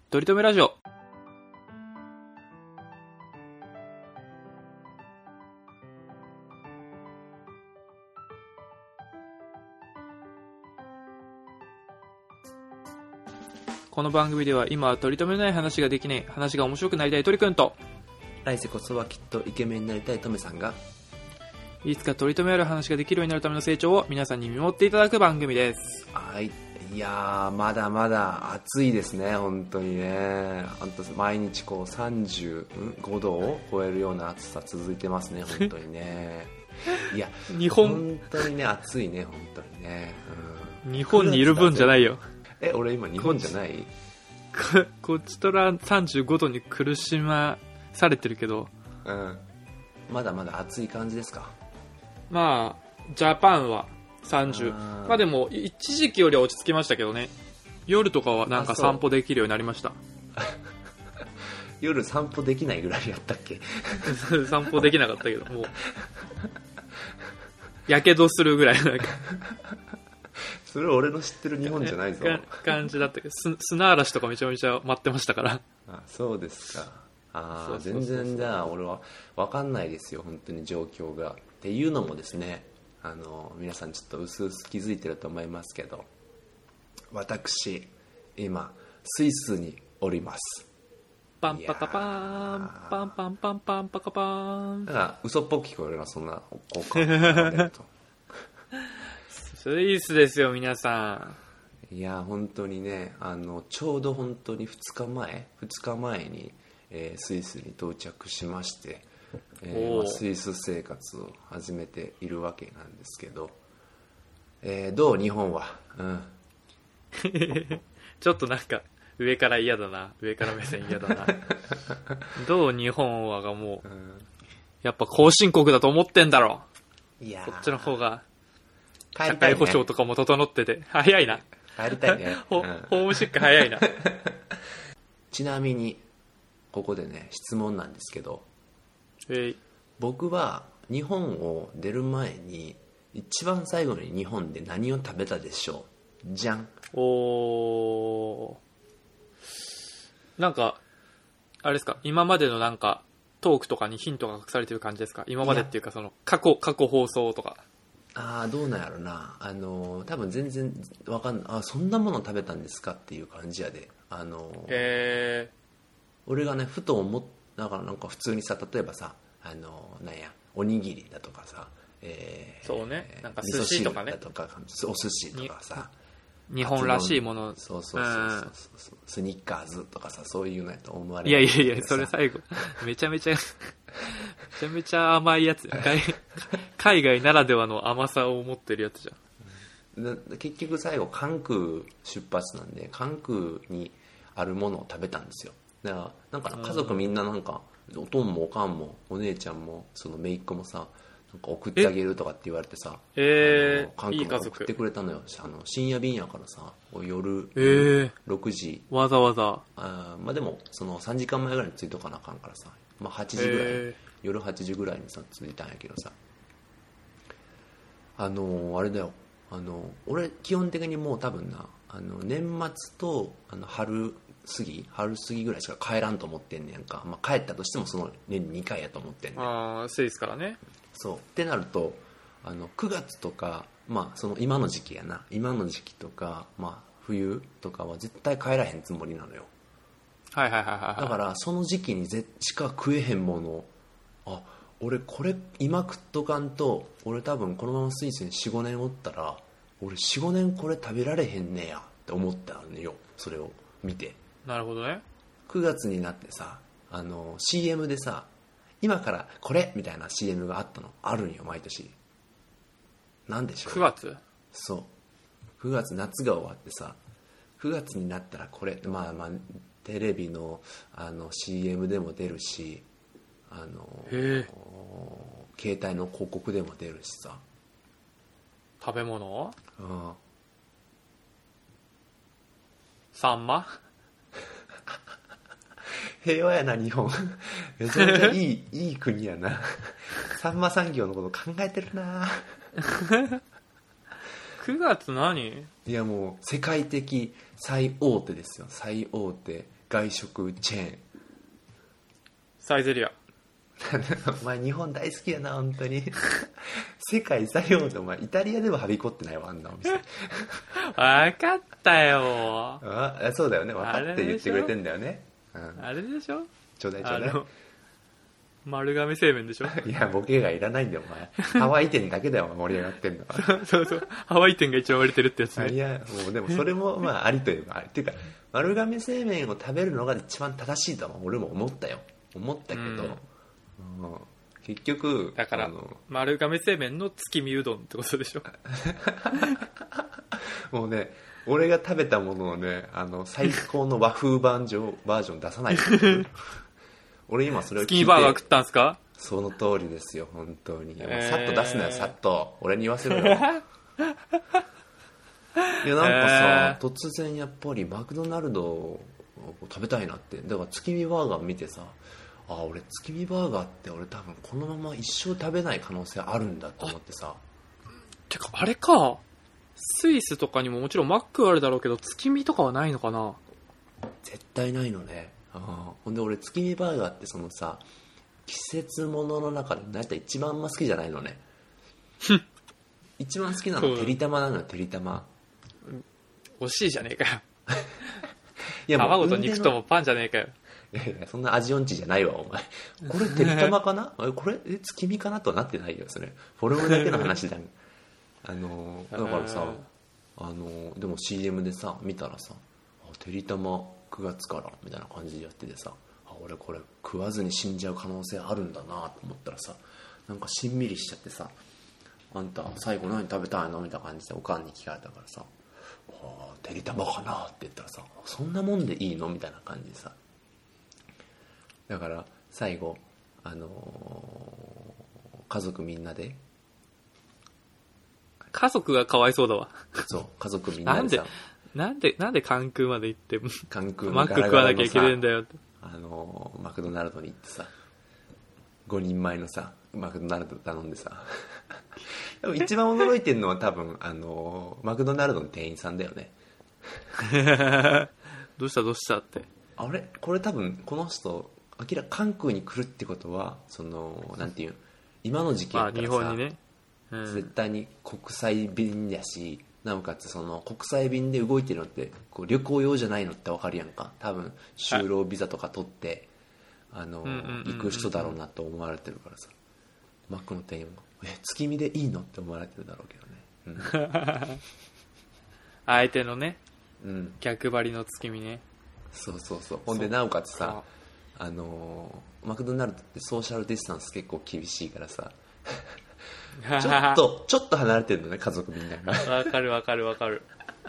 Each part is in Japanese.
とりとめラジオ。この番組では今は取り留めない話ができない、話が面白くなりたい鳥くんと、 来世こそはきっとイケメンになりたいトメさんが、 いつか取り留めある話ができるようになるための成長を皆さんに見守っていただく番組です。 はい、いやーまだまだ暑いですね、本当にね。毎日こう35度を超えるような暑さ続いてますね、本当にね。いや本当にね、暑いね、本当にね、 日本にいる分じゃないよ。 俺今日本じゃない？ こっちとら35度に苦しまされてるけど、 まだまだ暑い感じですか？ まあジャパンは30、まあでも一時期よりは落ち着きましたけどね。夜とかはなんか散歩できるようになりました。 夜散歩できないぐらいやったっけ？ 散歩できなかったけど、もうやけどするぐらいなんかそれ俺の知ってる日本じゃないぞ感じだったけど、砂嵐とかめちゃめちゃ待ってましたから。 あ、そうですか。全然じゃあ俺は分かんないですよ、本当に状況が。っていうのもですね、皆さんちょっと薄々気づいてると思いますけど、私今スイスにおります。 パンパカパーンパンパンパンパンパカパーン。 だから嘘っぽく聞こえるな、そんな効果がとスイスですよ皆さん。いや本当にね、ちょうど本当に2日前に、スイスに到着しまして、スイス生活を始めているわけなんですけど、どう日本は？ ちょっとなんか上から嫌だな、上から目線嫌だな。どう日本はがもう、やっぱ後進国だと思ってんだろ。 いやこっちの方が社会保障とかも整ってて早いな。 帰りたいね。 ホームシック早いな。 ちなみにここでね、質問なんですけど、僕は日本を出る前に一番最後に日本で何を食べたでしょう？じゃん。 なんかあれですか、今までのなんかトークとかにヒントが隠されてる感じですか？今までっていうかその過去放送とか。 どうなんやろな。多分全然わかんない。そんなもの食べたんですかっていう感じやで。俺がね、ふと思ったから、なんか普通にさ、例えばさ、なんやおにぎりだとかさ、 そうね、なんか寿司とかね、 味噌汁だとかお寿司とかさ、 日本らしいもの、 そうスニッカーズとかさ、そういうのやと思われる。いやそれ最後めちゃめちゃ甘いやつ。海外ならではの甘さを持ってるやつじゃん。 結局最後関空出発なんで、関空にあるものを食べたんですよ。だからなんか家族みんななんか、おとんもおかんもお姉ちゃんもその姪っ子もさ、なんか送ってあげるとかって言われてさ、関空まで送ってくれたのよ。深夜便やからさ、夜6時、 わざわざ。 まあでもその3時間前ぐらいに着いとかなあかんからさ、まあ8時ぐらい、夜8時ぐらいにさ着いたんやけどさ、あれだよ、俺基本的にもう多分な、年末と春過ぎぐらいしか帰らんと思ってんねんか。まあ、帰ったとしてもその年に2回やと思ってんねん。 スイスからね。 そうってなると9月とか、まあその今の時期とか、まあ冬とかは絶対帰らへんつもりなのよ。 だからその時期にしか食えへんもの、俺これ今食っとかんと、俺多分このままスイスに 4,5 年おったら、俺 4,5 年これ食べられへんねやって思ったのよ、それを見て。 なるほどね。 9月になってさ、CM でさ、今からこれみたいな CM があるんよ、毎年。なんでしょう、 9月？ そう9月、夏が終わってさ、9月になったらこれ、まあテレビのCM でも出るし、携帯の広告でも出るしさ。 食べ物？サンマ？ 平和やな日本。めちゃめちゃいい国やな。サンマ産業のこと考えてるな。 9 9月何？ いやもう世界的最大手ですよ。最大手外食チェーン。 サイゼリア。 お前日本大好きやな本当に。世界最大手。お前イタリアでもはびこってないわあんなお店。 わかったよ。 あ、そうだよね。分かって言ってくれてんだよね。うん、 あれでしょ？ ちょうだいちょうだい。 丸亀製麺でしょ。 いやボケがいらないんだよお前。ハワイ店だけだよ盛り上がってんのは。 そうそう、ハワイ店が一番売れてるってやつね。 いやもうでもそれもまあありといえばありっていうか、丸亀製麺を食べるのが一番正しいとは俺も思ったけど、うん結局だから丸亀製麺の月見うどんってことでしょ。 もうね俺が食べたものをね最高の和風バージョン出さないで。俺今それを聞いて月見バーガー食ったんすか？ その通りですよ本当に。さっと出すなよさっと俺に言わせろよ。いやなんかさ、突然やっぱりマクドナルドを食べたいなって。だから月見バーガー見てさ、俺月見バーガーって俺多分このまま一生食べない可能性あるんだと思ってさ。 てかあれか、スイスとかにももちろんマックあるだろうけど月見とかはないのかな。 絶対ないのね。ほんで俺月見バーガーってそのさ季節ものの中でだいたい一番あんま好きじゃないのね。一番好きなのてりたまなのよ。てりたま惜しいじゃねえかよ。 いや卵と肉ともパンじゃねえかよ。 いやそんな味音痴じゃないわお前。これてりたまかなこれ月見かなとはなってないよそれ。フォルムだけの話だ。だからさでも CM でさ見たらさてりたま9月からみたいな感じでやっててさ、俺これ食わずに死んじゃう可能性あるんだなと思ったらさ、なんかしんみりしちゃってさ、あんた最後何食べたいのみたいな感じでおかんに聞かれたからさ、てりたまかなって言ったらさ、そんなもんでいいのみたいな感じでさ、だから最後家族みんなで、 家族がかわいそうだわ。 そう家族みんなでさ、 なんで関空まで行って関空のマック食わなきゃいけねえんだよって。 マクドナルドに行ってさ5人前のさマクドナルド頼んでさでも一番驚いてるのは多分マクドナルドの店員さんだよね。 どうしたってあれこれ多分この人明らか関空に来るってことはなんていう今の時期やったらさ、 日本にね、 絶対に国際便やし、なおかつその国際便で動いてるのってこう旅行用じゃないのって分かるやんか。多分就労ビザとか取って行く人だろうなと思われてるからさ、マックの店員も月見でいいのって思われてるだろうけどね、 相手のね、逆張りの月見ね。 そうほんでなおかつさマクドナルドってソーシャルディスタンス結構厳しいからさちょっと離れてるのね家族みんなが。 わかる。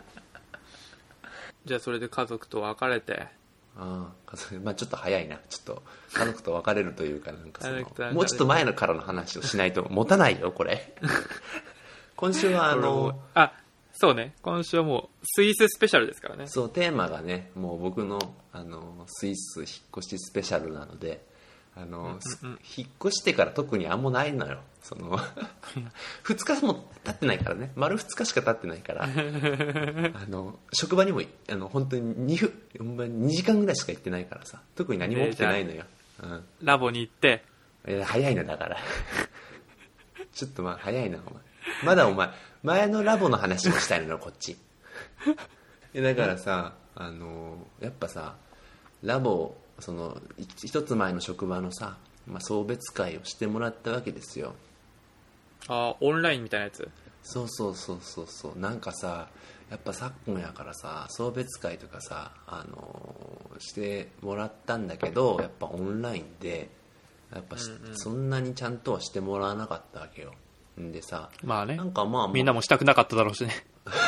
じゃあそれで家族と別れて、 まあちょっと早いな。ちょっと家族と別れるというかなんかもうちょっと前のからの話をしないと持たないよこれ。今週はそうね、今週はもうスイススペシャルですからね。 そうテーマがねもう僕のスイス引っ越しスペシャルなので引っ越してから特にあんまないのよ。2日も経ってないからね。丸2日しか経ってないから職場にも本当に2時間ぐらいしか行ってないからさ、特に何も起きてないのよ。 ラボに行って。 早いなだからちょっと早いなお前。まだお前前のラボの話をしたいのよこっち。だからさやっぱさラボ一つ前の職場のさ、送別会をしてもらったわけですよ。 オンラインみたいなやつ。 そうなんかさやっぱ昨今やからさ送別会とかさしてもらったんだけど、やっぱオンラインでやっぱ、そんなにちゃんとはしてもらわなかったわけよ。んでさね、 なんかみんなもしたくなかっただろうしね。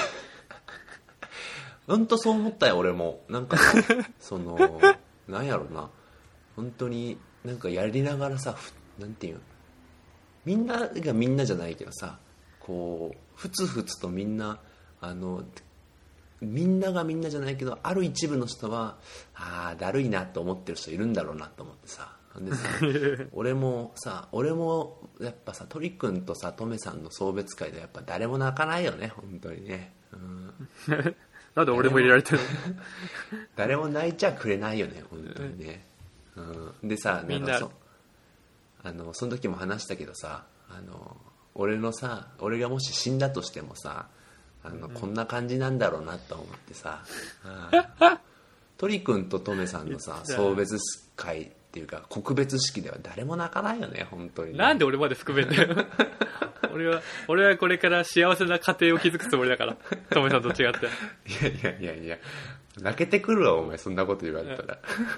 本当そう思ったよ俺も。なんかなんやろな、本当になんかやりながらさ、なんていうみんながみんなじゃないけどさ、こうふつふつとみんなみんながみんなじゃないけど、ある一部の人はだるいなと思ってる人いるんだろうなと思ってさ、 でさ俺もやっぱさ鳥くんとさトメさんの送別会でやっぱ誰も泣かないよね本当にね、 なんで俺も入れられてるの誰も泣いちゃくれないよね本当にね、でさみんなその時も話したけどさ俺がもし死んだとしてもさこんな感じなんだろうなと思ってさ鳥くんとトメさんのさ送別会っていうか告別式では誰も泣かないよね本当にね。 なんで俺まで含めんだよ俺はこれから幸せな家庭を築くつもりだからトメさんと違っていや泣けてくるわお前そんなこと言われたら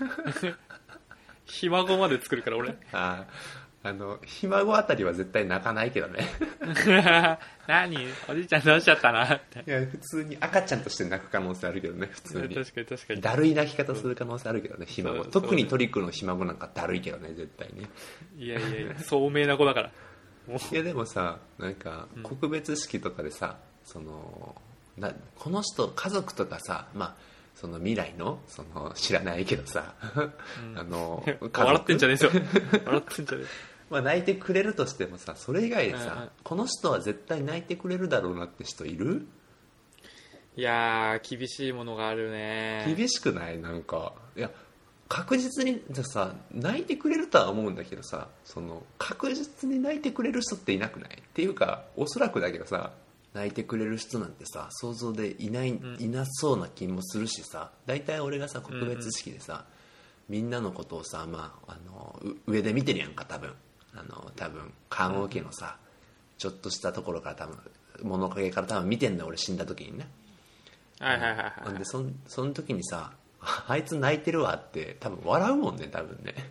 ひ孫まで作るから俺ひ孫あたりは絶対泣かないけどね何おじいちゃんどうしちゃったなっていや普通に赤ちゃんとして泣く可能性あるけどね普通に確かにだるい泣き方する可能性あるけどねひ孫特にトリックのひ孫なんかだるいけどね絶対ねいや聡明な子だからいやでもさなんか告別式とかでさ、この人家族とかさその未来の知らないけどさ、 笑ってんじゃねえよ笑ってんじゃね泣いてくれるとしてもさそれ以外でさ、この人は絶対泣いてくれるだろうなって人いる？ いやー厳しいものがあるね。 厳しくない？なんかいや確実にさ泣いてくれるとは思うんだけどさ確実に泣いてくれる人っていなくない？っていうかおそらくだけどさ泣いてくれる人なんてさ想像でいなそうな気もするしさ大体俺がさ告別式でさ、みんなのことをさ、上で見てるやんか多分棺桶のさちょっとしたところから多分物陰から多分見てんだ俺死んだ時にね。でその時にさあいつ泣いてるわって多分笑うもんね多分ね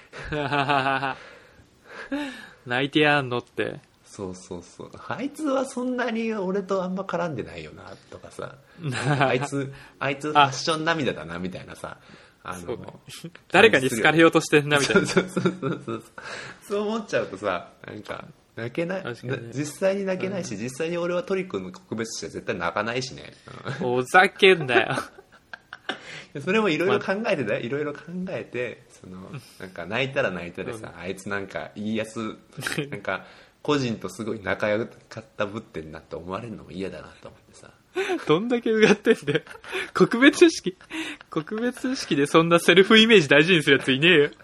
泣いてやんのってそうあいつはそんなに俺とあんま絡んでないよなとかさあいつファッション涙だなみたいなさ誰かに好かれようとしてんなみたいなそう思っちゃうとさなんか泣けない実際に泣けないし、実際に俺はトリ君の告別式は絶対泣かないしねおざけんなよそれもいろいろ考えていろいろ考えてなんか泣いたら泣いたでさ、あいつなんかいいやつなんか個人とすごい仲良かったぶってんなって思われるのも嫌だなと思ってさどんだけうがってんだよ告別式でそんなセルフイメージ大事にするやついねえよ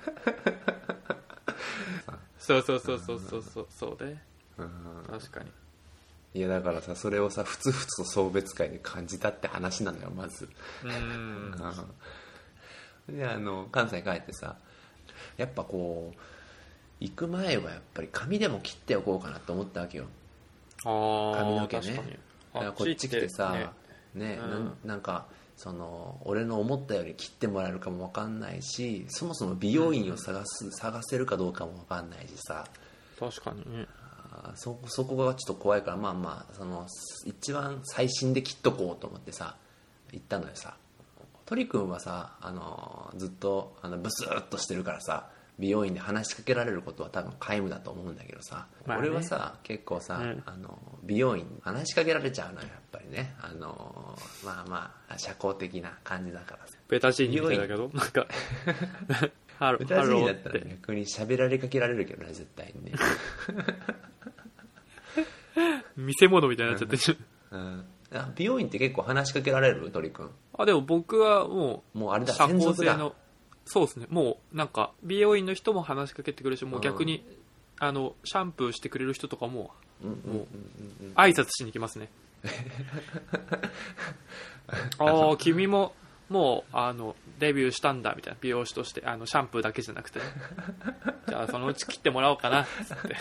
そうね確かに。 いやだからさそれをさふつふつと送別会で感じたって話なのよまずで関西帰ってさやっぱこう行く前はやっぱり髪でも切っておこうかなと思ったわけよ。髪の毛ね。だからこっち来てさなんか俺の思ったより切ってもらえるかも分かんないしそもそも美容院を探せるかどうかも分かんないしさ確かにねそこがちょっと怖いから一番最新で切っとこうと思ってさ行ったのよさ。鳥くんはさずっとブスッとしてるからさ美容院で話しかけられることは多分皆無だと思うんだけどさ、俺はさ結構さ、美容院話しかけられちゃうのよやっぱりね社交的な感じだからさベタジーニみたいだけどなんかベタジーニだったら逆に喋られかけられるけどね絶対にね見せ物みたいになっちゃってる美容院って結構話しかけられる鳥くん？ でも僕はもうあれだ社交性のそうですねもうなんか美容院の人も話しかけてくれるしもう逆にシャンプーしてくれる人とかも挨拶しに来ますね君ももうデビューしたんだみたいな美容師としてシャンプーだけじゃなくて、ね、じゃあそのうち切ってもらおうかなっつって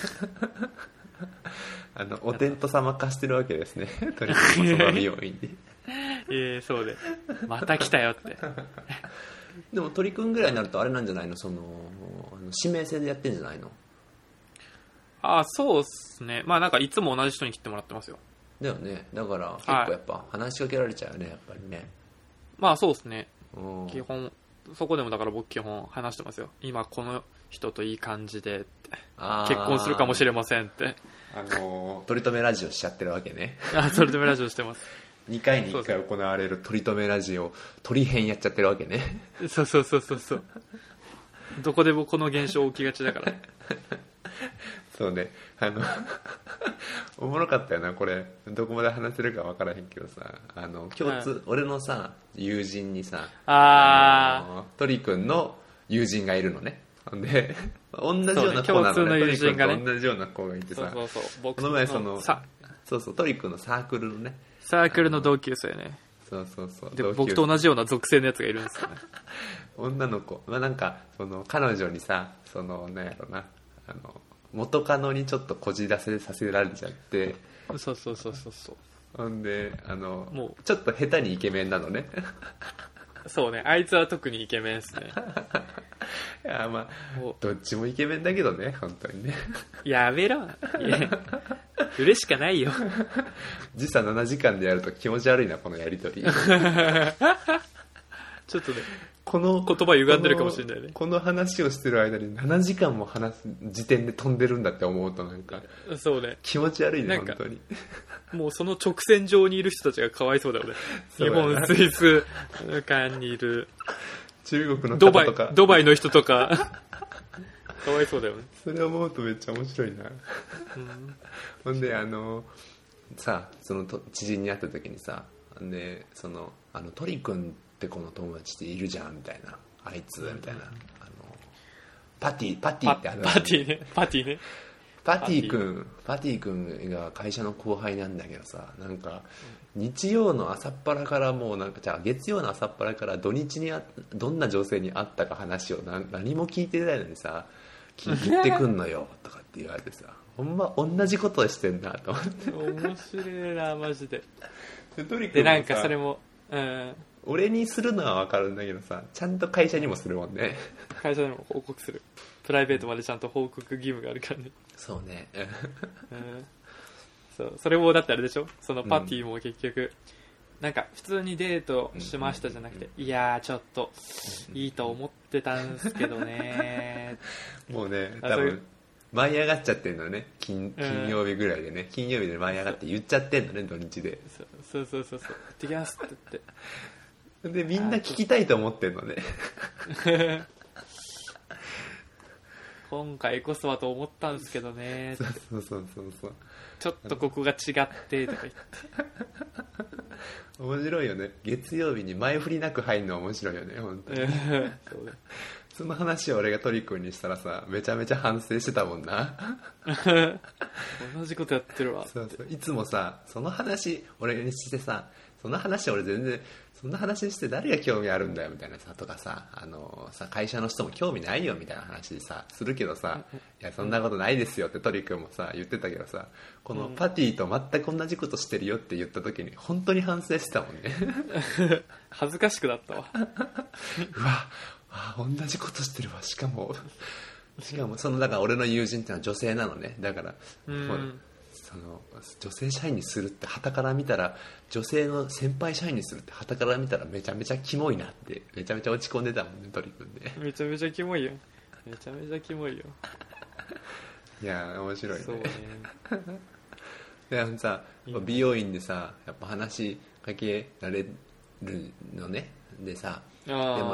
お天道様化してるわけですねとにかくその美容院にそうでまた来たよってでも鳥くんぐらいになるとあれなんじゃないの指名制でやってんじゃないの？ そうっすねなんかいつも同じ人に切ってもらってますよ。 だよねだから結構やっぱ話しかけられちゃうよねやっぱりね。 そうっすね基本そこでもだから僕基本話してますよ。今この人といい感じでって結婚するかもしれませんって取り留めラジオしちゃってるわけね取り留めラジオしてます 2回に1回行われる取り留めラジオ鳥編やっちゃってるわけねそうどこでもこの現象起きがちだからそうね、おもろかったよなこれ。どこまで話せるか分からへんけどさ、共通、俺のさ友人にさ、鳥くんの友人がいるのね。で同じような子なのね、鳥くんと同じような子がいてさ、 僕この前そう鳥くんのサークルのね、 サークルの同級生ね。 そうで僕と同じような属性のやつがいるんですよね女の子、なんか彼女にさ、なんやろな、元カノにちょっとこじらせさせられちゃって、 そうほんでもうちょっと下手にイケメンなのねそうね、あいつは特にイケメンですねいやまあどっちもイケメンだけどね、本当にねやめろ嬉しかないよ時差7時間でやると気持ち悪いな、このやりとりちょっとね、 この言葉歪んでるかもしれないね。 この話をしてる間に7時間も話す時点で飛んでるんだって思うと、なんかそうね、 気持ち悪いね、本当に。 もうその直線上にいる人たちがかわいそうだよね。日本、スイス間にいる中国の方とかドバイの人とかかわいそうだよね。 それを思うとめっちゃ面白いな、ほんでさ、その知人に会った時にさ、で鳥くんって子の友達っているじゃんみたいな、あいつみたいな、パティってパティねパティ君が会社の後輩なんだけどさ、なんか日曜の朝っぱらからもうなんか、じゃあ月曜の朝っぱらから土日にどんな女性に会ったか話を何も聞いてないのにさ、言ってくんのよとかって言われてさ、ほんま同じことしてんなと思って。 面白いなマジで。 でなんかそれも、 俺にするのは分かるんだけどさ、ちゃんと会社にもするもんね。 会社にも報告する。プライベートまでちゃんと報告義務があるからね。 そうねそれもだってあれでしょ、そのパティも結局、なんか普通にデートしましたじゃなくて、いやーちょっといいと思ってたんすけどねもうね、多分舞い上がっちゃってんのね、金曜日ぐらいでね、金曜日で舞い上がって言っちゃってんのね、土日で。 そう行ってきますって言ってでみんな聞きたいと思ってんのね今回こそはと思ったんですけどね、 そうちょっとここが違ってとか言って面白いよね、月曜日に前振りなく入るの面白いよね、本当にそうね、 その話を俺がトリ君にしたらさ、めちゃめちゃ反省してたもんな同じことやってるわ。 そういつもさ、その話俺にしてさ、その話俺全然そんな話して誰が興味あるんだよみたいなさとかさ、会社の人も興味ないよみたいな話さするけどさ、いやそんなことないですよってトリ君もさ言ってたけどさ、このパティと全く同じことしてるよって言った時に本当に反省してたもんね恥ずかしくなったわうわ同じことしてるわ。しかもだから俺の友人ってのは女性なのね。だから女性社員にするって傍から見たら、女性の先輩社員にするって傍から見たらめちゃめちゃキモいなってめちゃめちゃ落ち込んでたもんね、鳥くんで。 めちゃめちゃキモいよ、めちゃめちゃキモいよいや面白いね。 そうねでさ、美容院でさやっぱ話しかけられるのね。でさ、で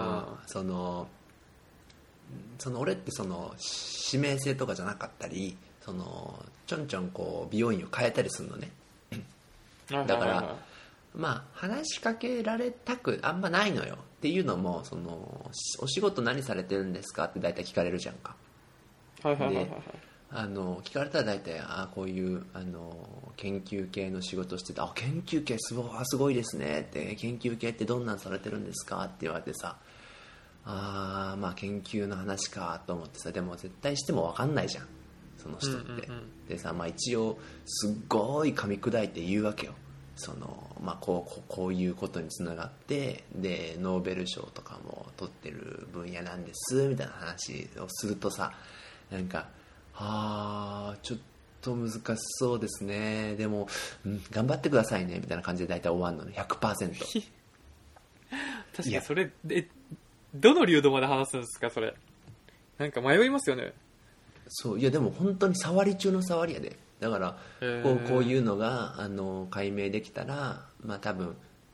俺って指名制とかじゃなかったり、ちょんちょんこう美容院を変えたりするのね。だから話しかけられたくあんまないのよ。っていうのもお仕事何されてるんですかって大体聞かれるじゃんか。で聞かれたら大体こういう研究系の仕事してて、研究系すごいですねって、研究系ってどんなんされてるんですかって言われてさ、研究の話かと思ってさ、でも絶対しても分かんないじゃんその人って、でさ、一応すっごい噛み砕いて言うわけよ。こういうことにつながって、でノーベル賞とかも取ってる分野なんですみたいな話をするとさ、なんかちょっと難しそうですね、でも、頑張ってくださいねみたいな感じで大体終わるのね、 100% 確かにそれどの流度まで話すんですかそれ。なんか迷いますよね。 そういやでも本当に触り中の触りやで。だからこういうのが解明できたら多分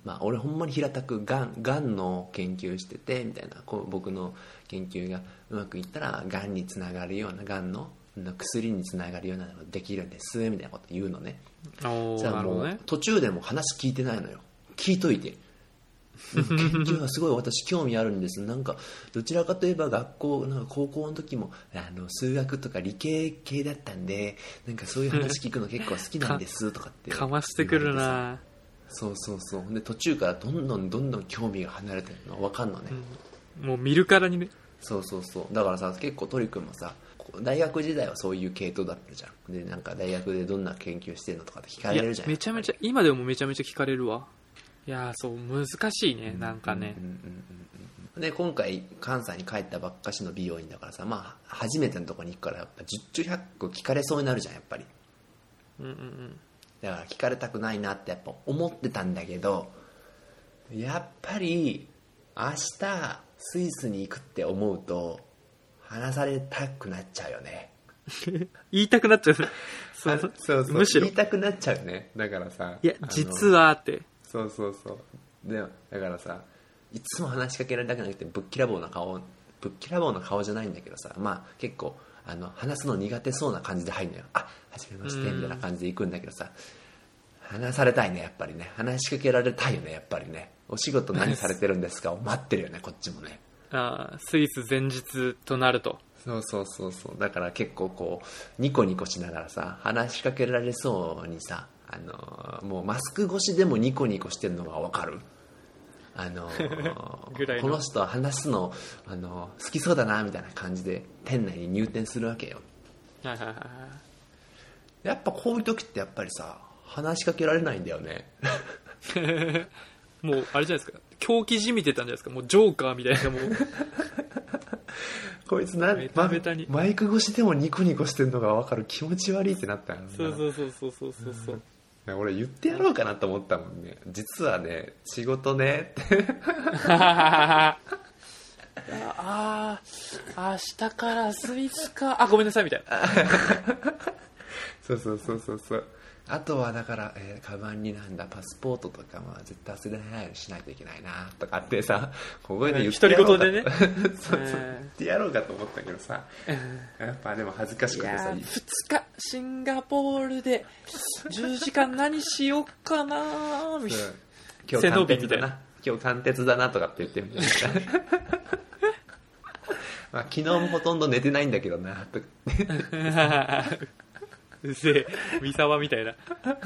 俺ほんまに平たくがんの研究しててみたいな、僕の研究がうまくいったらがんにつながるような、がんの薬につながるようなのができるんですみたいなこと言うのね。 おー、なるほどね。 途中でも話聞いてないのよ。聞いといて研究はすごい私興味あるんです、なんかどちらかといえばなんか高校の時も数学とか理系系だったんで、なんかそういう話聞くの結構好きなんですとかってかましてくるな。 そうで途中からどんどん興味が離れてるの分かんのね、 もう見るからにね。 そうだからさ、結構鳥くんもさ大学時代はそういう系統だったじゃん。でなんか大学でどんな研究してるのとかって聞かれるじゃん。 めちゃめちゃ今でもめちゃめちゃ聞かれるわ。いやそう難しいね、なんかね。 で今回関西に帰ったばっかしの美容院だからさ、初めてのとこに行くからやっぱ十中八九聞かれそうになるじゃんやっぱり。だから聞かれたくないなってやっぱ思ってたんだけど、やっぱり明日スイスに行くって思うと話されたくなっちゃうよね。 言いたくなっちゃう。 そうむしろ言いたくなっちゃうね。だからさ、 いや実はってそうでだからさ、いつも話しかけられたくなくてぶっきらぼうな顔じゃないんだけどさ、結構話すの苦手そうな感じで入るのよ。はじめましてみたいな感じで行くんだけどさ、話されたいねやっぱりね。話しかけられたいよねやっぱりね。お仕事何されてるんですかを待ってるよねこっちもね。 スイス前日となると。 そうだから結構こうニコニコしながらさ話しかけられそうにさ、もうマスク越しでもニコニコしてるのが分かる。 ぐらいのこの人は話すの好きそうだなみたいな感じで店内に入店するわけよ。やっぱこういう時ってやっぱりさ話しかけられないんだよね。 もうあれじゃないですか、狂気じみてたんじゃないですか、もうジョーカーみたいな。もうこいつベタベタにマイク越しでもニコニコしてるのが分かる、気持ち悪いってなったよ。 そう俺言ってやろうかなと思ったもんね。実はね仕事ねって明日からスイスか、ごめんなさいみたいな。 そうあとはだから、カバンにパスポートとか絶対忘れないようにしないといけないなとかってさ、ここで言ってやろうか独り言でねそう言ってやろうかと思ったけどさ、やっぱでも恥ずかしくてさ、 2日シンガポールで10時間何しよっかなみたいな。 今日貫徹だな、今日貫徹だなとかって言ってみた昨日もほとんど寝てないんだけどなとかうせえ三沢みたいな。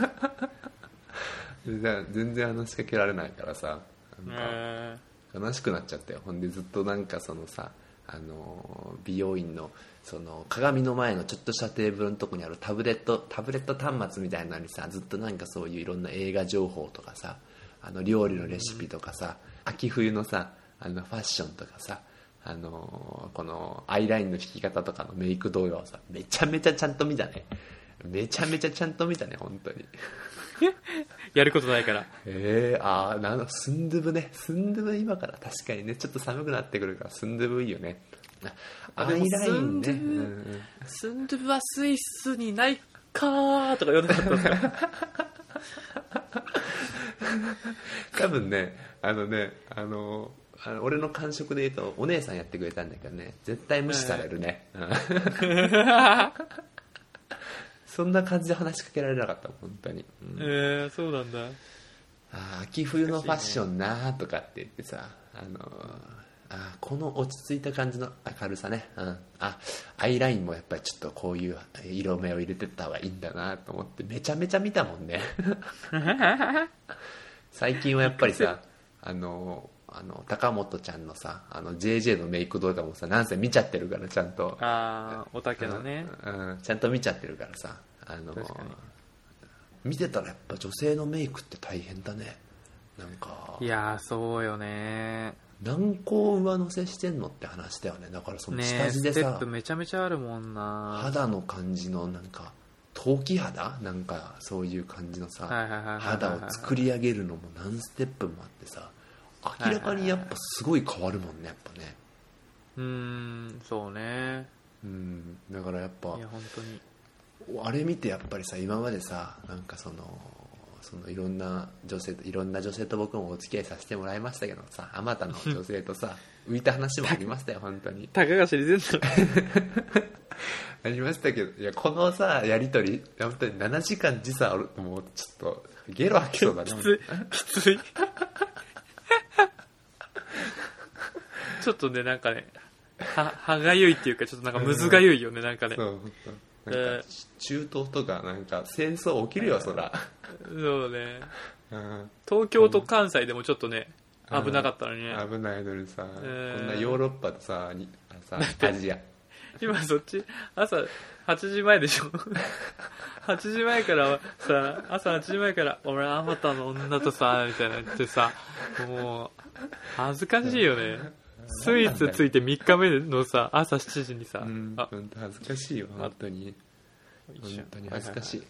全然話しかけられないからさ、悲しくなっちゃったよ。ほんでずっとなんかそのさ、美容院のその鏡の前のちょっとしたテーブルのとこにあるタブレット端末みたいなのにさ、ずっとなんかそういういろんな映画情報とかさ、料理のレシピとかさ、秋冬のさファッションとかさ、このアイラインの引き方とかのメイク動画をさ、めちゃめちゃちゃんと見たね。本当に。 やることないから。 スンドゥブ今から確かにね、ちょっと寒くなってくるからスンドゥブいいよね。アイラインね。 スンドゥブはスイスにないかーとか言わなかったんですか。 多分ね、俺の感触で言うとお姉さんやってくれたんだけどね、絶対無視されるね。そんな感じで話しかけられなかった本当に。 そうなんだ。 秋冬のファッションなとかって言ってさ、この落ち着いた感じの明るさね、アイラインもやっぱりちょっとこういう色目を入れてった方がいいんだなと思ってめちゃめちゃ見たもんね。最近はやっぱりさ、高本ちゃんのさJJ のメイク動画もさ、なんせ見ちゃってるからちゃんと、 おたけのね、 ちゃんと見ちゃってるからさ、見てたらやっぱ女性のメイクって大変だね。なんかいやそうよね。 何個上乗せしてんのって話だよね。だからその下地でさ、 ステップめちゃめちゃあるもんな。 肌の感じのなんか陶器肌なんかそういう感じのさ、肌を作り上げるのも何ステップもあってさ、明らかにやっぱすごい変わるもんねやっぱね。 そうね。 だからやっぱいや本当にあれ見てやっぱりさ、今までさなんかそそのいろんな女性と僕もお付き合いさせてもらいましたけどさ、あまたの女性とさ浮いた話もありましたよ本当に。 たかが知れてんだろありましたけど、いやこのさやりとり本当に7時間時差あるともうちょっとゲロ吐きそうだね。 きついちょっとねなんかね歯がゆいっていうかちょっとなんかむずがゆいよねなんかね。 そうなんか中東とかなんか戦争起きるよそら。 そうね、 うん、 東京と関西でもちょっとね危なかったのにね。 危ないのにさ、こんなヨーロッパとさアジア今そっち朝8時前でしょ8時前からさ、朝8時前から俺あまたの女とさみたいな言ってさ、もう恥ずかしいよね。スイーツついて3日目のさ朝7時にさ、 本当恥ずかしいよ本当に恥ずかしい。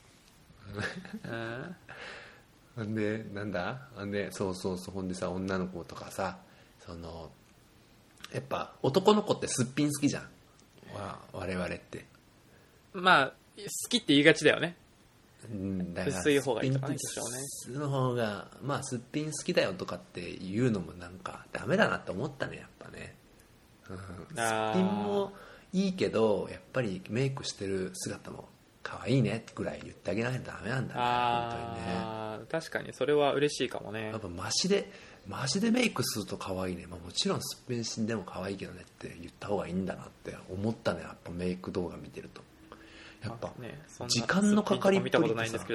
ほんでなんだ、ほんでそうほんでさ女の子とかさ、そのやっぱ男の子ってすっぴん好きじゃん我々って。 まあ好きって言いがちだよね。 だから薄い方がいいとかね、 すっぴんの方がまあすっぴん好きだよとかっていうのもなんかダメだなって思ったねやっぱね、すっぴんもいいけどやっぱりメイクしてる姿も可愛いねってぐらい言ってあげないとダメなんだね本当にね。 確かにそれは嬉しいかもね。 やっぱマジでメイクすると可愛いね、もちろんすっぴん死んでも可愛いけどねって言った方がいいんだなって思ったねやっぱメイク動画見てると。やっぱ、ね、時間のかかりっぷりってさ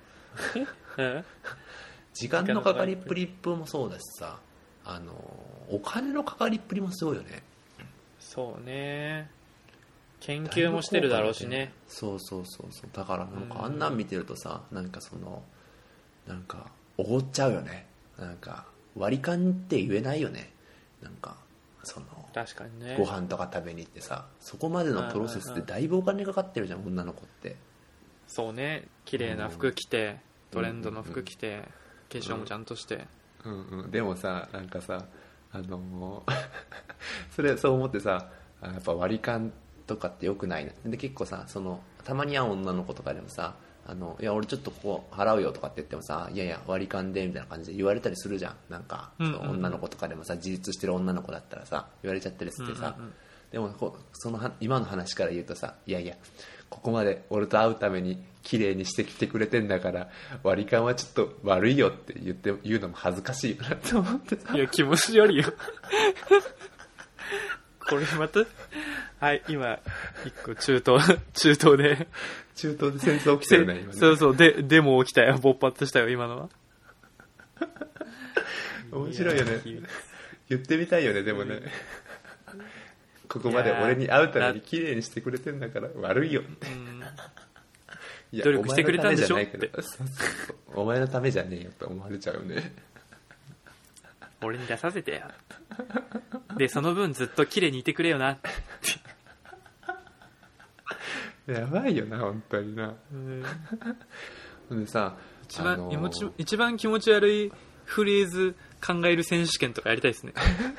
時間のかかりっぷりもそうだしさ、お金のかかりっぷりもすごいよね。 そうね、研究もしてるだろうしね。 そうだからなんかあんなん見てるとさ、なんかそのなんかおごっちゃうよね。なんか割り勘って言えないよね。なんかその確かにね、 ご飯とか食べに行ってさ、そこまでのプロセスってだいぶお金かかってるじゃん女の子って。 そうね、綺麗な服着て、トレンドの服着て、化粧もちゃんとして、 でもさなんかさそれそう思ってさ、やっぱ割り勘とかってよくないなで、結構さそのたまに会う女の子とかでもさ、いや俺ちょっとここ払うよとかって言ってもさ、いやいや割り勘でみたいな感じで言われたりするじゃん。なんか、女の子とかでもさ、自立してる女の子だったらさ言われちゃったりしてさ、でもその今の話から言うとさ、いやいやここまで俺と会うために綺麗にしてきてくれてんだから割り勘はちょっと悪いよって言うのも恥ずかしいなって思ってさ。 いや気持ち悪いよこれまたはい今一個中東で戦争起きてるね今ね。 そうデモ起きたよ、勃発したよ今のは面白いよね、言ってみたいよね。でもねここまで俺に会うために綺麗にしてくれてんだから悪いよって、いや努力してくれたんでしょってお前のためじゃねえよって思われちゃうね。 俺に出させてよでその分ずっと綺麗にいてくれよなってやばいよな本当にな。でさ一番気持ち悪いフレーズ考える選手権とかやりたいですね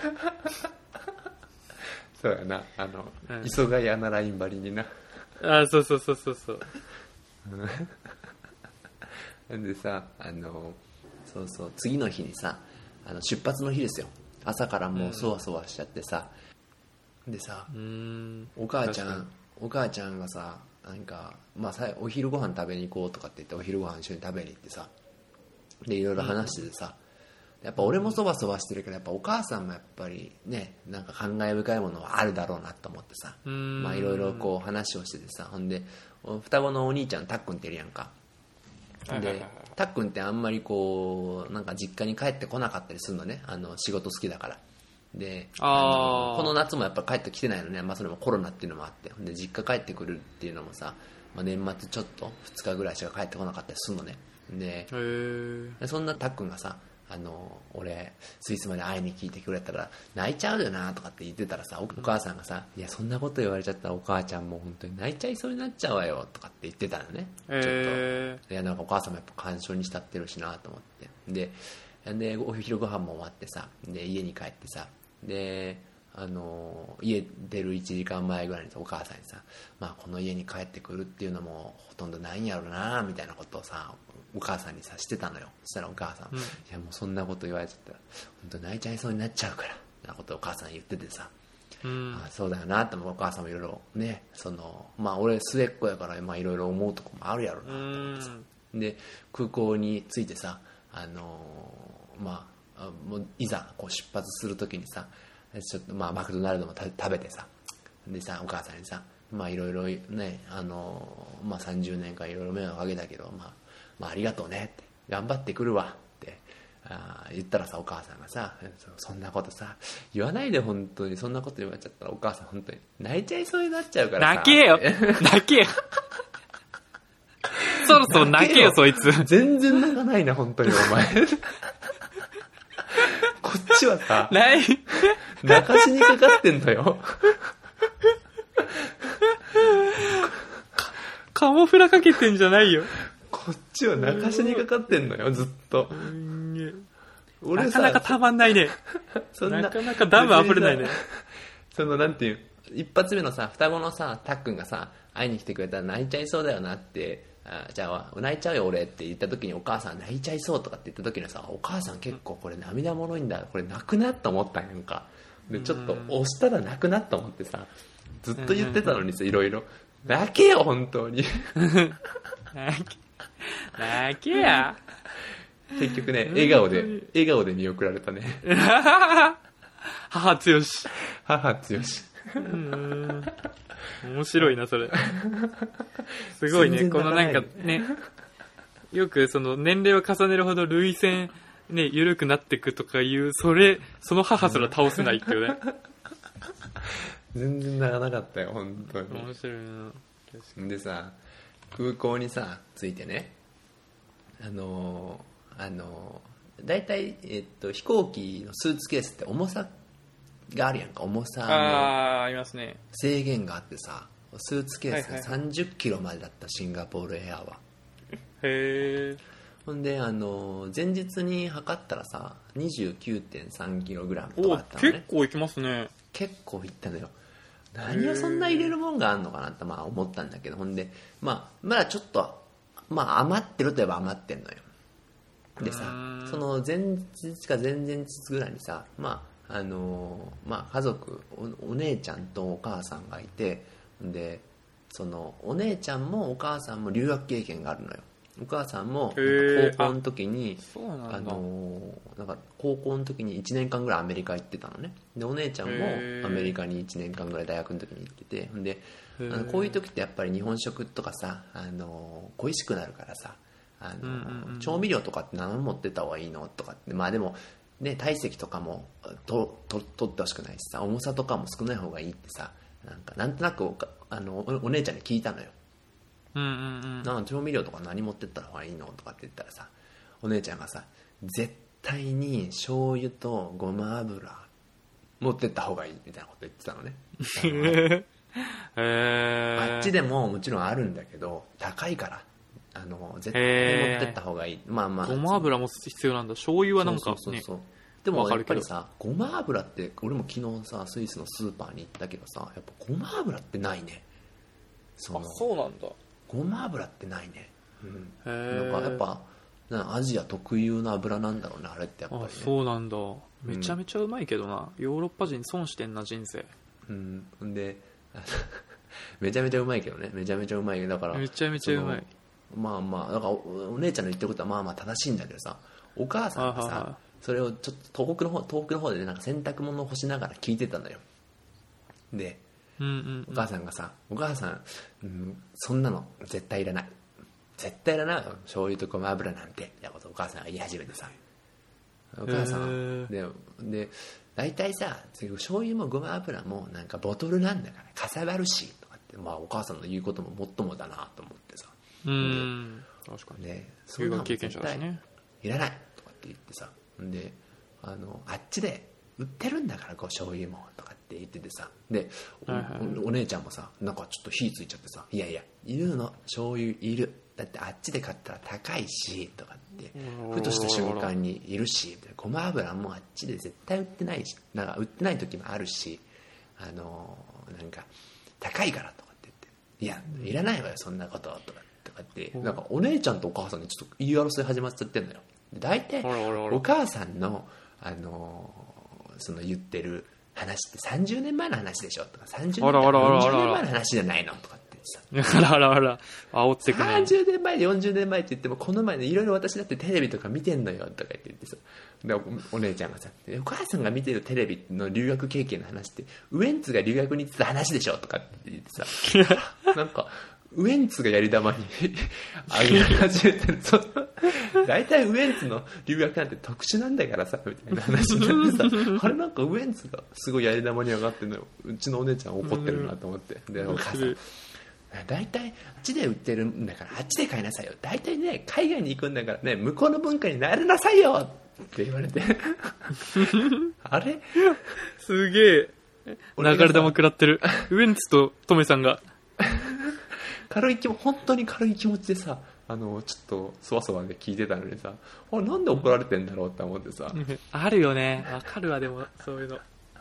そうやな、磯ヶ谷なライン張りにな。 そうなんでさ次の日にさ出発の日ですよ。朝からもうそわそわしちゃってさ、でさお母ちゃんがさなんか、まあ、お昼ご飯食べに行こうとかって言ってお昼ご飯一緒に食べに行ってさ、でいろいろ話しててさ、やっぱ俺もそわそわしてるけどやっぱお母さんもやっぱりねなんか感慨深いものはあるだろうなと思ってさ、まあいろいろこう話をしててさ、ほんで双子のお兄ちゃんたっくんっているやんか。でたっくんってあんまりこうなんか実家に帰ってこなかったりするのね、仕事好きだから。でこの夏もやっぱ帰ってきてないのね、まあ、それもコロナっていうのもあって、で実家帰ってくるっていうのもさ、まあ、年末ちょっと2日ぐらいしか帰ってこなかったりするのね。でそんなたっくんがさ俺スイスまで会いに聞いてくれたら泣いちゃうよなとかって言ってたらさ、お母さんがさ、いやそんなこと言われちゃったらお母ちゃんもう本当に泣いちゃいそうになっちゃうわよとかって言ってたのね。ちょっといやなんかお母さんもやっぱ感傷に浸ってるしなと思って、でお昼ご飯も終わってさ、で家に帰ってさ、で家出る1時間前ぐらいにお母さんにさ、まあ、この家に帰ってくるっていうのもほとんどないんやろなみたいなことをさお母さんにさしてたのよ。そしたらお母さん、 うんいやもうそんなこと言われちゃったら本当泣いちゃいそうになっちゃうからなことをお母さん言っててさ、あそうだよなってお母さんもいろいろね、まあ俺末っ子やからいろいろ思うとこもあるやろうなと思ってさ、で空港に着いてさ、まあもういざこう出発するときにさ、ちょっとまあマクドナルドも食べてさ、でさお母さんにさ、まあいろいろね、まあ30年間いろいろ迷惑かけたけど、まあありがとうねって、頑張ってくるわって言ったらさ、お母さんがさ、そんなことさ言わないで、本当にそんなこと言われちゃったらお母さん本当に泣いちゃいそうになっちゃうからさ、 泣けよ泣けよそろそろ泣けよそいつ。 全然泣かないな本当にお前こっちはさ泣かしにかかってんのよカモフラかけてんじゃないよ。 こっちは泣かしにかかってんのよずっと。 なかなかたまんないねなかなかダム溢れないね。 なんていう一発目のさ双子のさたっくんがさ会いに来てくれたら泣いちゃいそうだよなって、じゃあ泣いちゃうよ俺って言った時にお母さん泣いちゃいそうとかって言った時にさ、お母さん結構これ涙もろいんだ、これ泣くなと思ったんやんか。でちょっと押したら泣くなと思ってさ、ずっと言ってたのにさ、いろいろ泣けよ本当に泣けや。 結局ね笑顔で見送られたね母強し。 母強し。 面白いなそれ。すごいね、このなんかね、よくその年齢を重ねるほど涙腺ね緩くなってくとかいう、その母すら倒せないっていうね全然泣かなかったよ本当に。 面白いな。 でさ空港にさ着いてね、だいたい飛行機のスーツケースって重さがあるやんか、重さのありますね。 制限があってさ、スーツケースがはいはい 30キロまでだった、シンガポールエアは。 へえ。 ほんで前日に測ったらさ 29.3 キログラムとかあったのね。 結構いきますね。 結構いったのよ。何をそんな入れるもんがあんのかなってまあ思ったんだけど、ほんでまだちょっと余ってるといえば余ってんのよ。でさ、その前日か前々日ぐらいにさ、家族 お姉ちゃんとお母さんがいて、でそのお姉ちゃんもお母さんも留学経験があるのよ。お母さんも高校の時になんか高校の時に1年間ぐらいアメリカ行ってたのね。でお姉ちゃんもアメリカに1年間ぐらい大学の時に行ってて、でこういう時ってやっぱり日本食とかさ恋しくなるからさ、調味料とかって何持ってった方がいいのとかって、まあでもね体積とかも取ってほしくないしさ、重さとかも少ない方がいいってさ、なんとなくお姉ちゃんに聞いたのよ。調味料とか何持ってった方がいいのとかって言ったらさ、お姉ちゃんがさ絶対に醤油とごま油持ってった方がいいみたいなこと言ってたのねあっちでももちろんあるんだけど高いから絶対持ってった方がいい。ごま油も必要なんだ。醤油はなんか、ね、 そうでもやっぱりさごま油って俺も昨日さスイスのスーパーに行ったけどさ、やっぱごま油ってないね。 そうなんだ。 ごま油ってないね。なんかやっぱアジア特有の油なんだろうねあれってやっぱり、ね、 そうなんだ。めちゃめちゃうまいけどな、ヨーロッパ人損してんな人生。 でめちゃめちゃうまいけどね、めちゃめちゃうまい。だからめちゃめちゃうまい。 だからお姉ちゃんの言ってることは正しいんだけどさ、お母さんがさそれをちょっと遠くの方でなんか洗濯物を干しながら聞いてたのよ。でお母さんがさ、そんなの絶対いらない、絶対いらないよ醤油とごま油なんてってことをお母さんが言い始めてさ、お母さんで大体さ醤油もごま油もなんかボトルなんだからかさばるしとかって、お母さんの言うことももっともだなと思ってさ、 確かにで留学経験者だしね、 いらないとかって言ってさ、であっちで売ってるんだから醤油もとかって言っててさ、で お姉ちゃんもさなんかちょっと火ついちゃってさ、いやいるの醤油いる、だってあっちで買ったら高いしとかってふとした瞬間にいるし、ごま油もあっちで絶対売ってないし、なんか売ってない時もあるし、なんか高いからとかって言って、いやいらないわよそんなこととかかってなんかお姉ちゃんとお母さんでちょっと言い争い始まっちゃってんのよ。で大体あらあらあらお母さんのその言ってる話って30年前の話でしょとか30年前あらあらあらあら 40年前の話じゃないのとかってさあらあらあら、煽ってくね。 30年前で40年前って言ってもこの前ねいろいろ私だってテレビとか見てんのよとか言ってさ、で お姉ちゃんがさお母さんが見てるテレビの留学経験の話ってウエンツが留学に行ってた話でしょとかって言ってさなんかウエンツがやり玉にあげ始めてると大体ウエンツの留学なんて特殊なんだからさみたいな話になってさあれなんかウエンツがすごいやり玉に上がってるのよ。うちのお姉ちゃん怒ってるなと思って、でお母さん大体あっちで売ってるんだからあっちで買いなさいよ、大体ね海外に行くんだからね向こうの文化になりなさいよって言われてあれすげえ流れ玉食らってるウエンツとトメさんが本当に軽い気持ちでさちょっとそわそわで聞いてたのにさあれなんで怒られてんだろうって思ってさあるよね、わかるわ。でもそういうの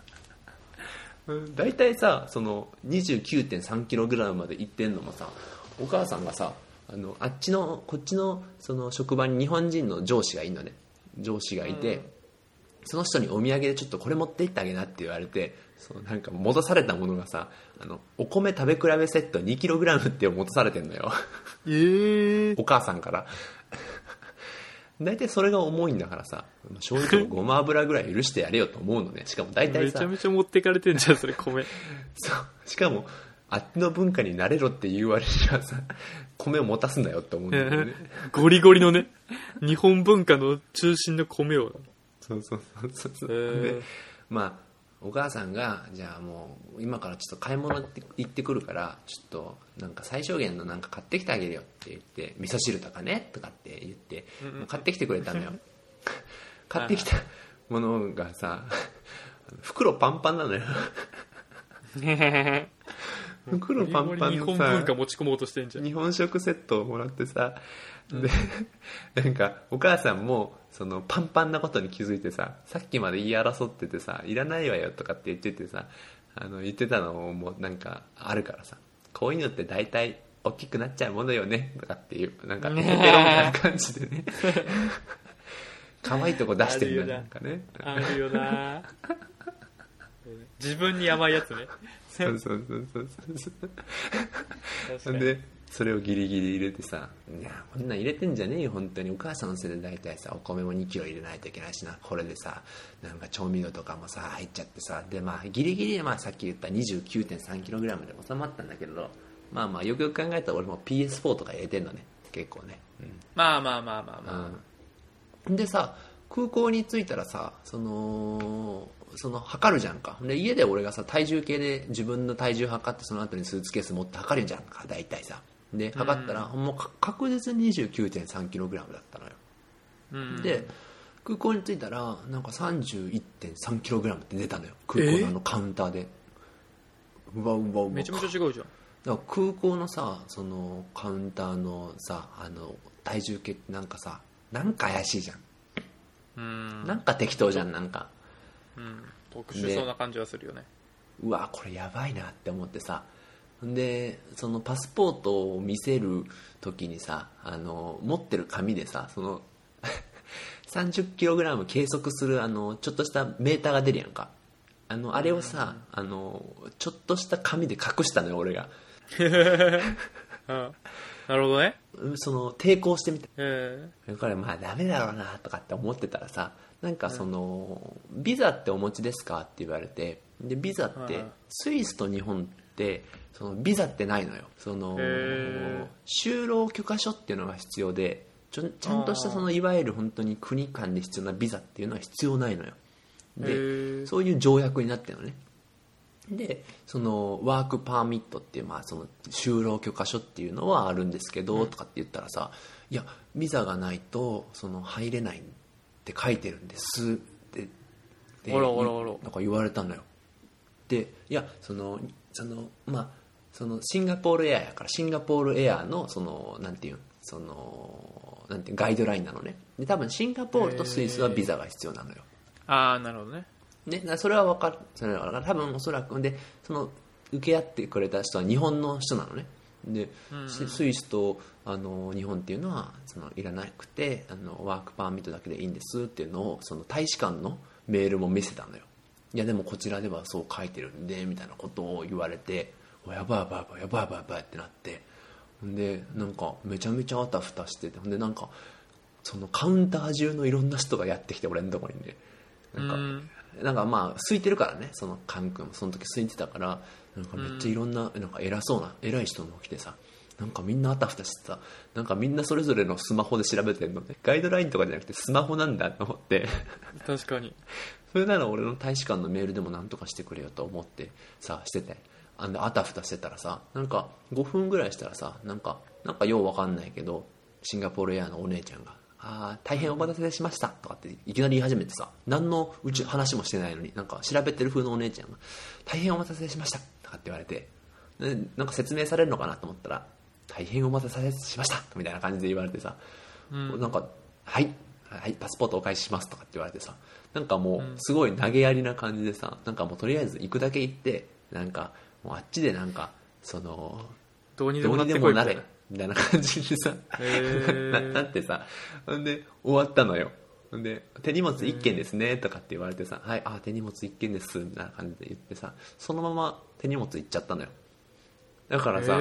大体さその 29.3kg までいってんのもさお母さんがさこっちのその職場に日本人の上司がいるのね。上司がいて、その人にお土産でちょっとこれ持って行ってあげなって言われて、そうなんか戻されたものがさお米食べ比べセット 2kg って戻されてんのよお母さんから大体それが重いんだからさ正直ごま油ぐらい許してやれよと思うのね。しかも大体さめちゃめちゃ持ってかれてんじゃんそれ米そうしかもあっちの文化になれろって言われるにはさ米を持たすんだよって思うんだよねゴリゴリのね日本文化の中心の米をそうでまあお母さんがじゃあもう今からちょっと買い物行ってくるからちょっとなんか最小限のなんか買ってきてあげるよって言って味噌汁とかねとかって言ってもう買ってきてくれたのよ買ってきたものがさ袋パンパンなのよ袋パンパン日本のさ文化持ち込もうとしてんじゃん。 日本食セットをもらってさでなんかお母さんもそのパンパンなことに気づいてささっきまで言い争っててさいらないわよとかって言っててさ言ってたのもなんかあるからさこういうのって大体大きくなっちゃうものよねとかっていうなんかペペロみたいな感じでね可愛いとこ出してるんだなんかねあるよな自分に甘いやつねそうでそれをギリギリ入れてさいやこんなん入れてんじゃねえよ本当にお母さんのせいで大体さお米も 2kg 入れないといけないしなこれでさなんか調味料とかもさ入っちゃってさでまあギリギリでまあさっき言った 29.3kg で収まったんだけどまあまあよくよく考えたら俺も PS4 とか入れてんのね結構ね、 まあ、 でさ空港に着いたらさその測るじゃんかで家で俺がさ体重計で自分の体重測ってその後にスーツケース持って測るじゃんか大体さで測ったら、もう確実に 29.3kg だったのよ、で空港に着いたらなんか 31.3kg って出たのよ空港のカウンターでうわめちゃめちゃ違うじゃん。 だから空港のさそのカウンターのさ体重計ってなんかさなんか怪しいじゃんなんか適当じゃんなんか特殊そうな感じはするよね。 うわこれやばいなって思ってさでそのパスポートを見せる時にさ持ってる紙でさその30kg 計測するちょっとしたメーターが出るやんかあれをさちょっとした紙で隠したのよ俺がなるほどね。 その抵抗してみて、 これまあダメだろうなとかって思ってたらさなんかその、ビザってお持ちですかって言われてでビザってスイスと日本ってそのビザってないのよその就労許可書っていうのが必要でちゃんとしたそのいわゆる本当に国間で必要なビザっていうのは必要ないのよでそういう条約になってるのねでそのワークパーミットっていう、まあ、その就労許可書っていうのはあるんですけど、とかって言ったらさいやビザがないとその入れないって書いてるんですってなんか言われたのよでいやまあそのシンガポールエアやからシンガポールエアのそのなんていうガイドラインなのねで多分シンガポールとスイスはビザが必要なのよなるほどねそれは分かる多分おそらくでその受け合ってくれた人は日本の人なのねで、スイスと日本っていうのはそのいらなくてワークパーミットだけでいいんですっていうのをその大使館のメールも見せたのよ。いやでもこちらではそう書いてるんでみたいなことを言われて、やばいやばいやばいやばいやばいやばいってなって、でなんかめちゃめちゃあたふたしてて、でなんかそのカウンター中のいろんな人がやってきて俺のところにね、なんかまあ空いてるからね、そのカン君その時空いてたから、なんかめっちゃいろんな、なんか偉そうな偉い人も来てさ、なんかみんなあたふたしてさ、なんかみんなそれぞれのスマホで調べてんのね、ガイドラインとかじゃなくてスマホなんだと思って確かに。 それなら俺の大使館のメールでもなんとかしてくれよと思ってさしてて、あたふたしてたらさ、なんか5分ぐらいしたらさ、なんかようわかんないけどシンガポールエアのお姉ちゃんが大変お待たせしましたとかっていきなり言い始めてさ、何の話もしてないのになんか調べてる風のお姉ちゃんが大変お待たせしましたとかって言われて、でなんか説明されるのかなと思ったら大変お待たせしましたみたいな感じで言われてさ、なんかはいパスポートお返ししますとかって言われてさ、なんかもうすごい投げやりな感じでさ、なんかもうとりあえず行くだけ行って、なんかもうあっちでなんかそのどうにでもなってこいなれみたいな感じでさなってさ、んで終わったのよ。で手荷物1件ですねとかって言われてさ、はい手荷物1件ですみたいな感じで言ってさ、そのまま手荷物行っちゃったのよ。だからさ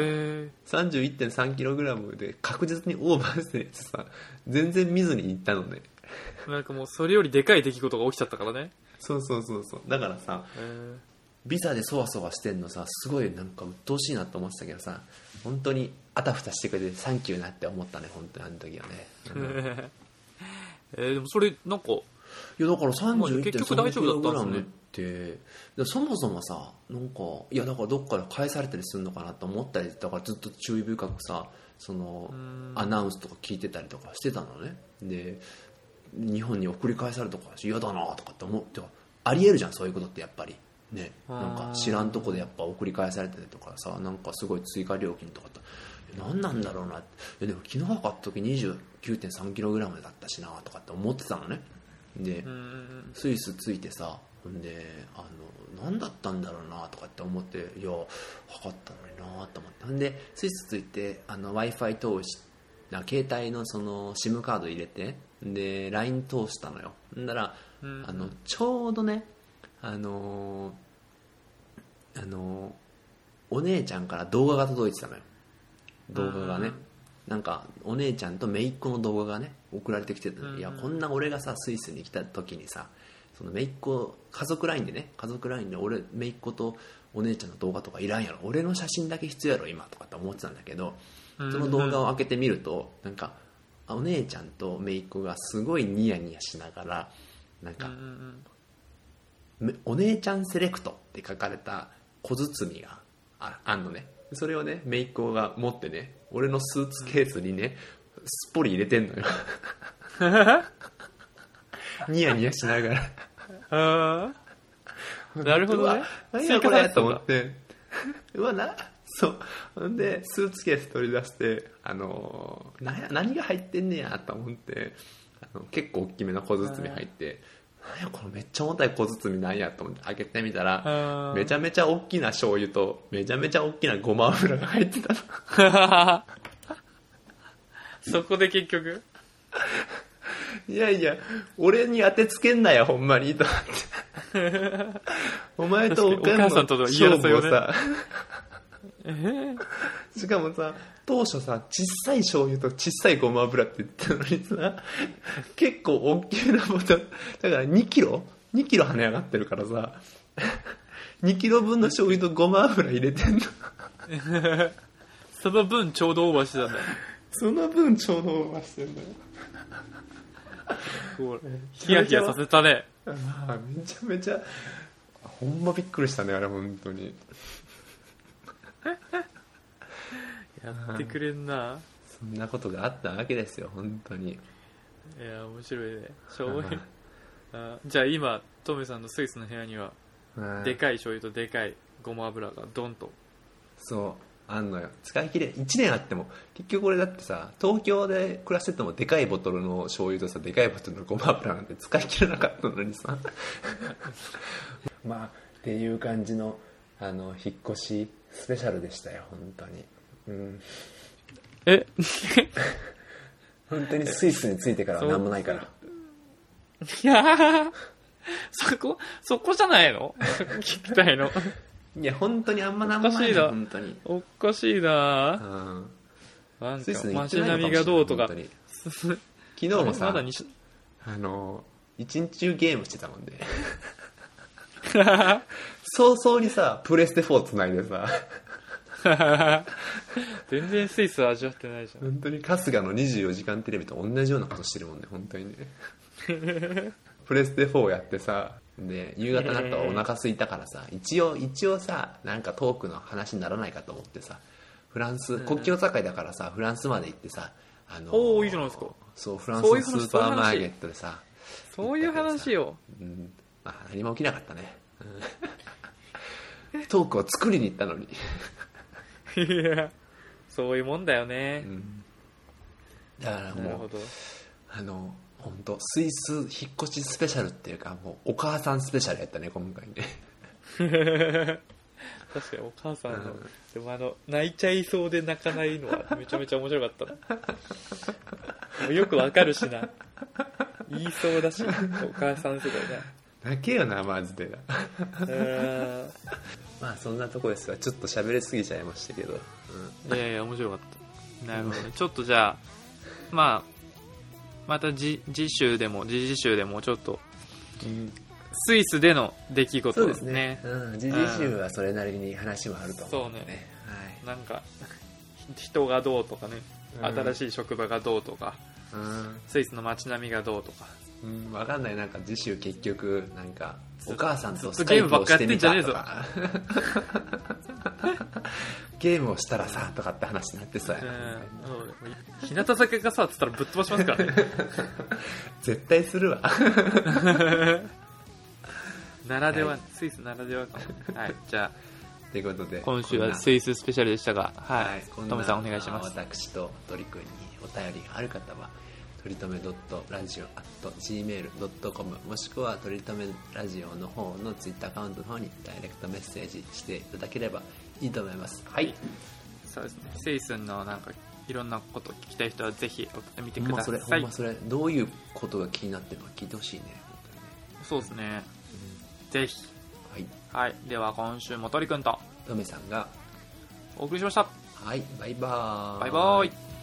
31.3kg で確実にオーバーしてさ、全然見ずに行ったのね。 なんかもうそれよりでかい出来事が起きちゃったからね。 そうだからさ、ビザでそわそわしてんのさ、すごいなんか鬱陶しいなと思ってたけどさ、本当にあたふたしてくれてサンキューなって思ったね、本当にあの時はね。 でもそれなんか、 いやだから 31.3kg ってそもそもさ、なんかいやだからどっから返されたりするのかなと思ったり、だからずっと注意深くさ、そのアナウンスとか聞いてたりとかしてたのね。で日本に送り返されるとか嫌だなとかって思って、ありえるじゃんそういうことってやっぱりね。なんか知らんとこでやっぱ送り返されてるとかさ、なんかすごい追加料金とかって何なんだろうなって。でも昨日測った時 29.3kg だったしなとかって思ってたのね。でスイス着いてさ、で何だったんだろうなとかって思って、いや測ったのになと思って、んでスイス着いてWi-Fi 通し携帯のその SIM カード入れて、で LINE 通したのよ。んだらちょうどねお姉ちゃんから動画が届いてたのよ。動画がね、なんかお姉ちゃんと姪っ子の動画がね送られてきてたの。いやこんな俺がさスイスに来た時にさ、その姪っ子家族 LINE で俺姪っ子とお姉ちゃんの動画とかいらんやろ、俺の写真だけ必要やろ今とかって思ってたんだけど、その動画を開けてみると、なんかお姉ちゃんと姪っ子がすごいニヤニヤしながら、なんかお姉ちゃんセレクトって書かれた小包があんのね。それをね姪っ子が持ってね、俺のスーツケースにねすっぽり入れてんのよニヤニヤしながらなるほどね。 何やこれと思ってうわそうでスーツケース取り出して何が入ってんねやと思って、結構大きめの小包入って、何やこれめっちゃ重たい小包なんやと思って開けてみたら、めちゃめちゃ大きな醤油とめちゃめちゃ大きなごま油が入ってたのそこで結局いやいや俺に当てつけんなよほんまにと思ってお前とお母さんとの勝負をさしかもさ当初さ小さい醤油と小さいごま油って言ってたのにさ結構大きなボトルだから2キロ跳ね上がってるからさ2キロ分の醤油とごま油入れてんのその分ちょうどオーバーしてたんだよ。 その分ちょうどオーバーしてんだよヒヤヒヤさせたね。 めちゃめちゃほんまびっくりしたねあれ本当にやってくれんな。 そんなことがあったわけですよ本当に。 いや面白いね。じゃあ今トメさんのスイスの部屋にはでかい醤油とでかいごま油がドンとそうあんのよ。使い切れ1年あっても結局俺だってさ東京で暮らしててもでかいボトルの醤油とさでかいボトルのごま油なんて使い切れなかったのにさまあっていう感じの引っ越しスペシャルでしたよ本当に。 うん、 え本当にスイスに着いてからは何もないから。 いやー、そこじゃないの聞きたいの。 いや本当にあんま何もないの。本当におかしいな、うん、なんか街並みがどうとか昨日もさ、まだ一日中ゲームしてたもんで早々にさプレステ4つないでさ全然スイス味わってないじゃん。 本当に春日の24時間テレビと同じようなことしてるもんね本当にねプレステ4やってさ、で夕方になったらお腹空いたからさ、一応さなんかトークの話にならないかと思ってさ、フランス、国境境だからさフランスまで行ってさ、 おーいいじゃないですか。 そうフランスのスーパーマーケットでさ、 そういう話よ、 うん、まあ何も起きなかったね、トークを作りに行ったのにいやそういうもんだよね、うん、 だからもう本当スイス引っ越しスペシャルっていうか、もうお母さんスペシャルやったね今回ね確かにお母さんの、でも泣いちゃいそうで泣かないのはめちゃめちゃ面白かったなもうよくわかるしな、言いそうだし、お母さん世代な、 泣けよなマジでなまあそんなとこですが、ちょっと喋りすぎちゃいましたけど、 うん、いやいや面白かった。なるほどね、ちょっとじゃあまた次週でもちょっと、うん、スイスでの出来事ですね。 次週はそれなりに話もあると思うね。そうね、 はい、なんか人がどうとかね、新しい職場がどうとか、スイスの街並みがどうとか、 分かんない。なんか次週結局なんかお母さんとスカイプをしてみたとかゲームをしたらさとかって話になってさ、 日向坂がさっつったらぶっ飛ばしますからね絶対するわならでは、はい、スイスならではかも。はい、じゃあということで今週はスイススペシャルでしたが、はい、トメさんお願いします。 私と鳥くんにお便りがある方はとりとめ.radio@gmail.com もしくはとりとめラジオの方のツイッターアカウントの方にダイレクトメッセージしていただければいいと思います。はい、 そうですね。スイスのなんかいろんなこと聞きたい人はぜひ送ってみてください。 ほんまそれどういうことが気になってるのか聞いてほしいね。 そうですね、ぜひ。はい、はい、では今週も鳥くんとトメさんがお送りしました。 はい、バイバーイ。 バイバーイ。